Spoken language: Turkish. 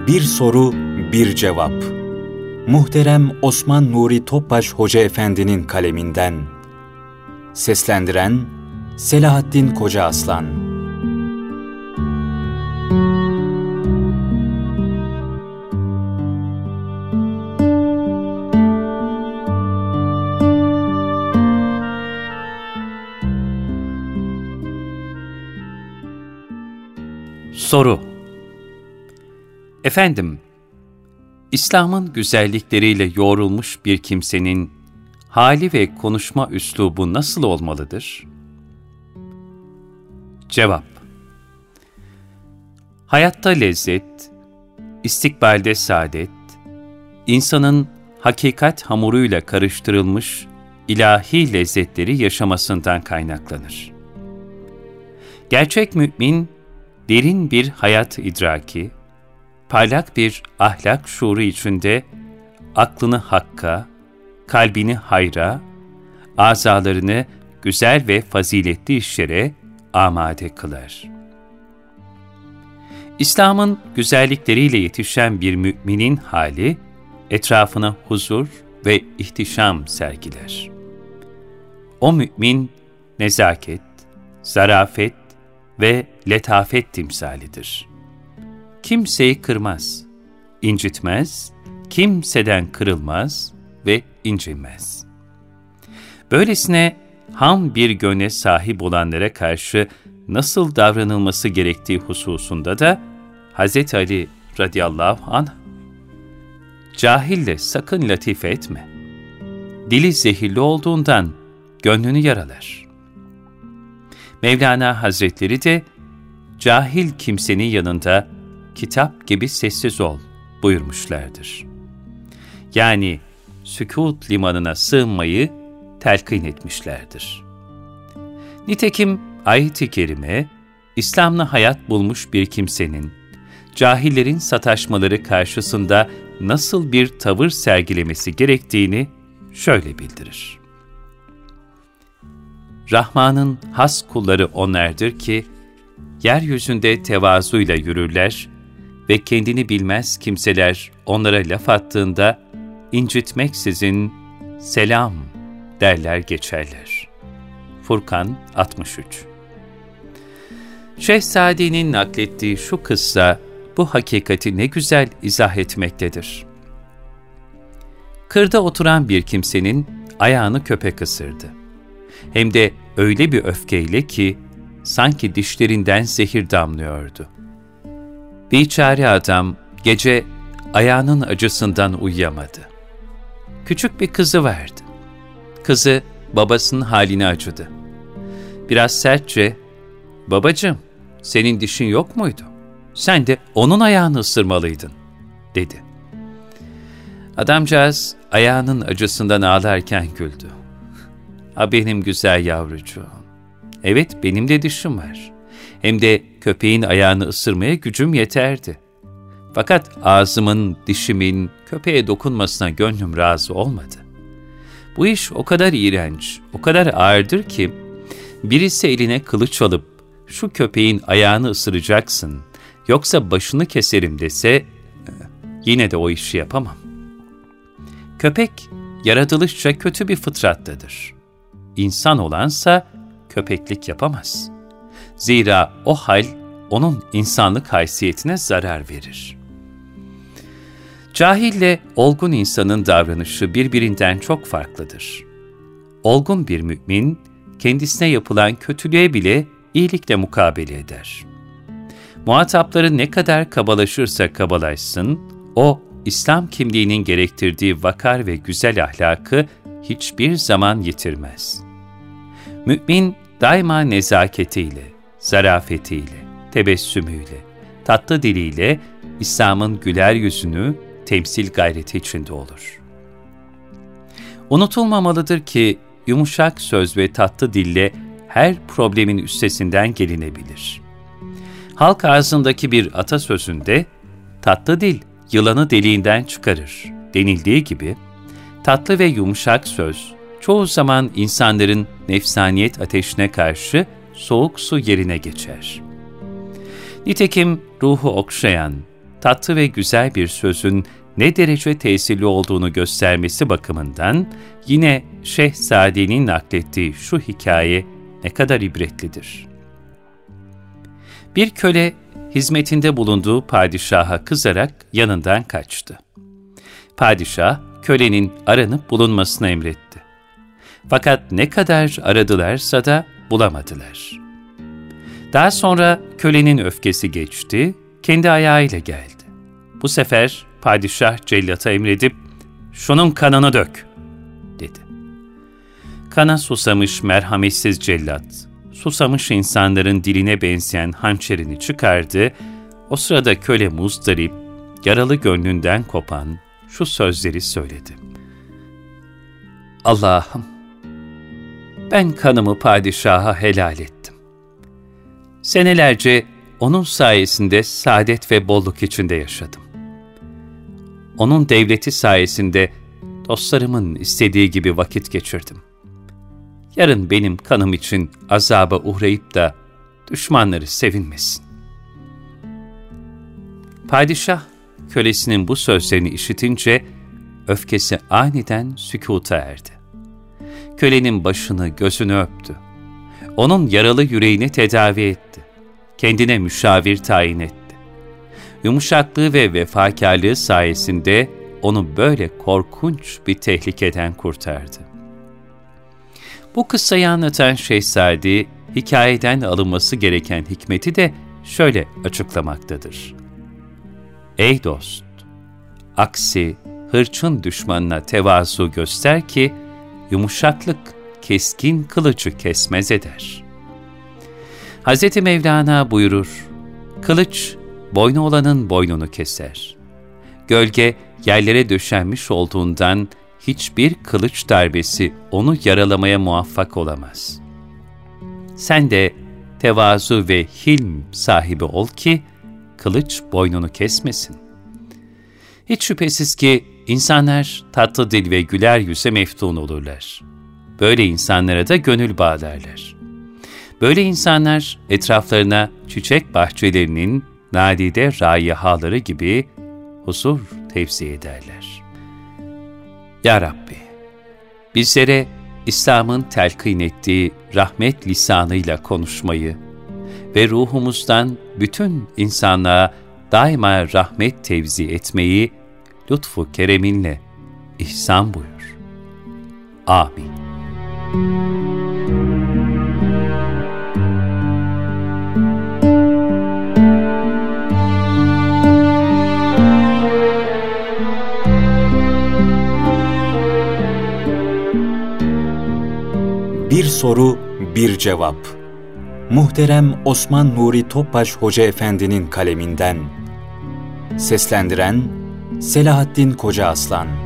Bir soru, bir cevap. Muhterem Osman Nuri Topbaş Hoca Efendi'nin kaleminden. Seslendiren Selahattin Kocaaslan. Soru. Efendim, İslam'ın güzellikleriyle yoğrulmuş bir kimsenin hali ve konuşma üslubu nasıl olmalıdır? Cevap. Hayatta lezzet, istikbalde saadet, insanın hakikat hamuruyla karıştırılmış ilahi lezzetleri yaşamasından kaynaklanır. Gerçek mümin, derin bir hayat idraki, parlak bir ahlak şuuru içinde aklını hakka, kalbini hayra, azalarını güzel ve faziletli işlere amade kılar. İslam'ın güzellikleriyle yetişen bir müminin hali, etrafına huzur ve ihtişam sergiler. O mümin, nezaket, zarafet ve letafet timsalidir. Kimseyi kırmaz, incitmez, kimseden kırılmaz ve incinmez. Böylesine ham bir gönle sahip olanlara karşı nasıl davranılması gerektiği hususunda da Hz. Ali radıyallahu anh, cahille sakın latife etme. Dili zehirli olduğundan gönlünü yaralar. Mevlana Hazretleri de cahil kimsenin yanında kitap gibi sessiz ol buyurmuşlardır. Yani sükût limanına sığınmayı telkin etmişlerdir. Nitekim ayet-i kerime, İslam'la hayat bulmuş bir kimsenin, cahillerin sataşmaları karşısında nasıl bir tavır sergilemesi gerektiğini şöyle bildirir. Rahman'ın has kulları onlardır ki, yeryüzünde tevazuyla yürürler ve kendini bilmez kimseler onlara laf attığında incitmeksizin selam derler geçerler. Furkan 63. Şehzade'nin naklettiği şu kıssa bu hakikati ne güzel izah etmektedir. Kırda oturan bir kimsenin ayağını köpek ısırdı. Hem de öyle bir öfkeyle ki sanki dişlerinden zehir damlıyordu. Biçare adam gece ayağının acısından uyuyamadı. Küçük bir kızı vardı. Kızı babasının haline acıdı. Biraz sertçe, "Babacığım, senin dişin yok muydu? Sen de onun ayağını ısırmalıydın," dedi. Adamcağız ayağının acısından ağlarken güldü. "Ha benim güzel yavrucuğum. Evet, benim de dişim var. Hem de köpeğin ayağını ısırmaya gücüm yeterdi. Fakat ağzımın, dişimin köpeğe dokunmasına gönlüm razı olmadı. Bu iş o kadar iğrenç, o kadar ağırdır ki birisi eline kılıç alıp şu köpeğin ayağını ısıracaksın, yoksa başını keserim dese yine de o işi yapamam. Köpek yaratılışça kötü bir fıtrattadır. İnsan olansa köpeklik yapamaz. Zira o hal onun insanlık haysiyetine zarar verir." Cahille olgun insanın davranışı birbirinden çok farklıdır. Olgun bir mümin, kendisine yapılan kötülüğe bile iyilikle mukabele eder. Muhatapları ne kadar kabalaşırsa kabalaşsın, o, İslam kimliğinin gerektirdiği vakar ve güzel ahlakı hiçbir zaman yitirmez. Mümin, daima nezaketiyle, zarafetiyle, tebessümüyle, tatlı diliyle İslam'ın güler yüzünü temsil gayreti içinde olur. Unutulmamalıdır ki yumuşak söz ve tatlı dille her problemin üstesinden gelinebilir. Halk ağzındaki bir atasözünde tatlı dil yılanı deliğinden çıkarır denildiği gibi, tatlı ve yumuşak söz çoğu zaman insanların nefsaniyet ateşine karşı soğuk su yerine geçer. Nitekim ruhu okşayan, tatlı ve güzel bir sözün ne derece tesirli olduğunu göstermesi bakımından yine Şehzade'nin naklettiği şu hikaye ne kadar ibretlidir. Bir köle hizmetinde bulunduğu padişaha kızarak yanından kaçtı. Padişah kölenin aranıp bulunmasını emretti. Fakat ne kadar aradılarsa da bulamadılar. Daha sonra kölenin öfkesi geçti, kendi ayağıyla geldi. Bu sefer padişah cellata emredip, "Şunun kanını dök," dedi. Kana susamış merhametsiz cellat, susamış insanların diline benzeyen hançerini çıkardı, o sırada köle muzdarip, yaralı gönlünden kopan şu sözleri söyledi. "Allah'ım, ben kanımı padişaha helal ettim. Senelerce onun sayesinde saadet ve bolluk içinde yaşadım. Onun devleti sayesinde dostlarımın istediği gibi vakit geçirdim. Yarın benim kanım için azaba uğrayıp da düşmanları sevinmesin." Padişah, kölesinin bu sözlerini işitince öfkesi aniden sükuta erdi. Kölenin başını, gözünü öptü. Onun yaralı yüreğini tedavi etti. Kendine müşavir tayin etti. Yumuşaklığı ve vefakarlığı sayesinde onu böyle korkunç bir tehlikeden kurtardı. Bu kıssayı anlatan Şehzade, hikayeden alınması gereken hikmeti de şöyle açıklamaktadır. Ey dost! Aksi hırçın düşmanına tevazu göster ki, yumuşaklık keskin kılıcı kesmez eder. Hz. Mevlana buyurur, kılıç boynu olanın boynunu keser. Gölge yerlere döşenmiş olduğundan hiçbir kılıç darbesi onu yaralamaya muvaffak olamaz. Sen de tevazu ve hilm sahibi ol ki kılıç boynunu kesmesin. Hiç şüphesiz ki insanlar tatlı dil ve güler yüze meftun olurlar. Böyle insanlara da gönül bağlarlar. Böyle insanlar etraflarına çiçek bahçelerinin nadide raihaları gibi huzur tevzi ederler. Ya Rabbi, bizlere İslam'ın telkin ettiği rahmet lisanıyla konuşmayı ve ruhumuzdan bütün insanlığa daima rahmet tevzi etmeyi lütfu kereminle ihsan buyur. Amin. Bir soru, bir cevap. Muhterem Osman Nuri Topbaş Hoca Efendi'nin kaleminden. Seslendiren Selahattin Kocaaslan.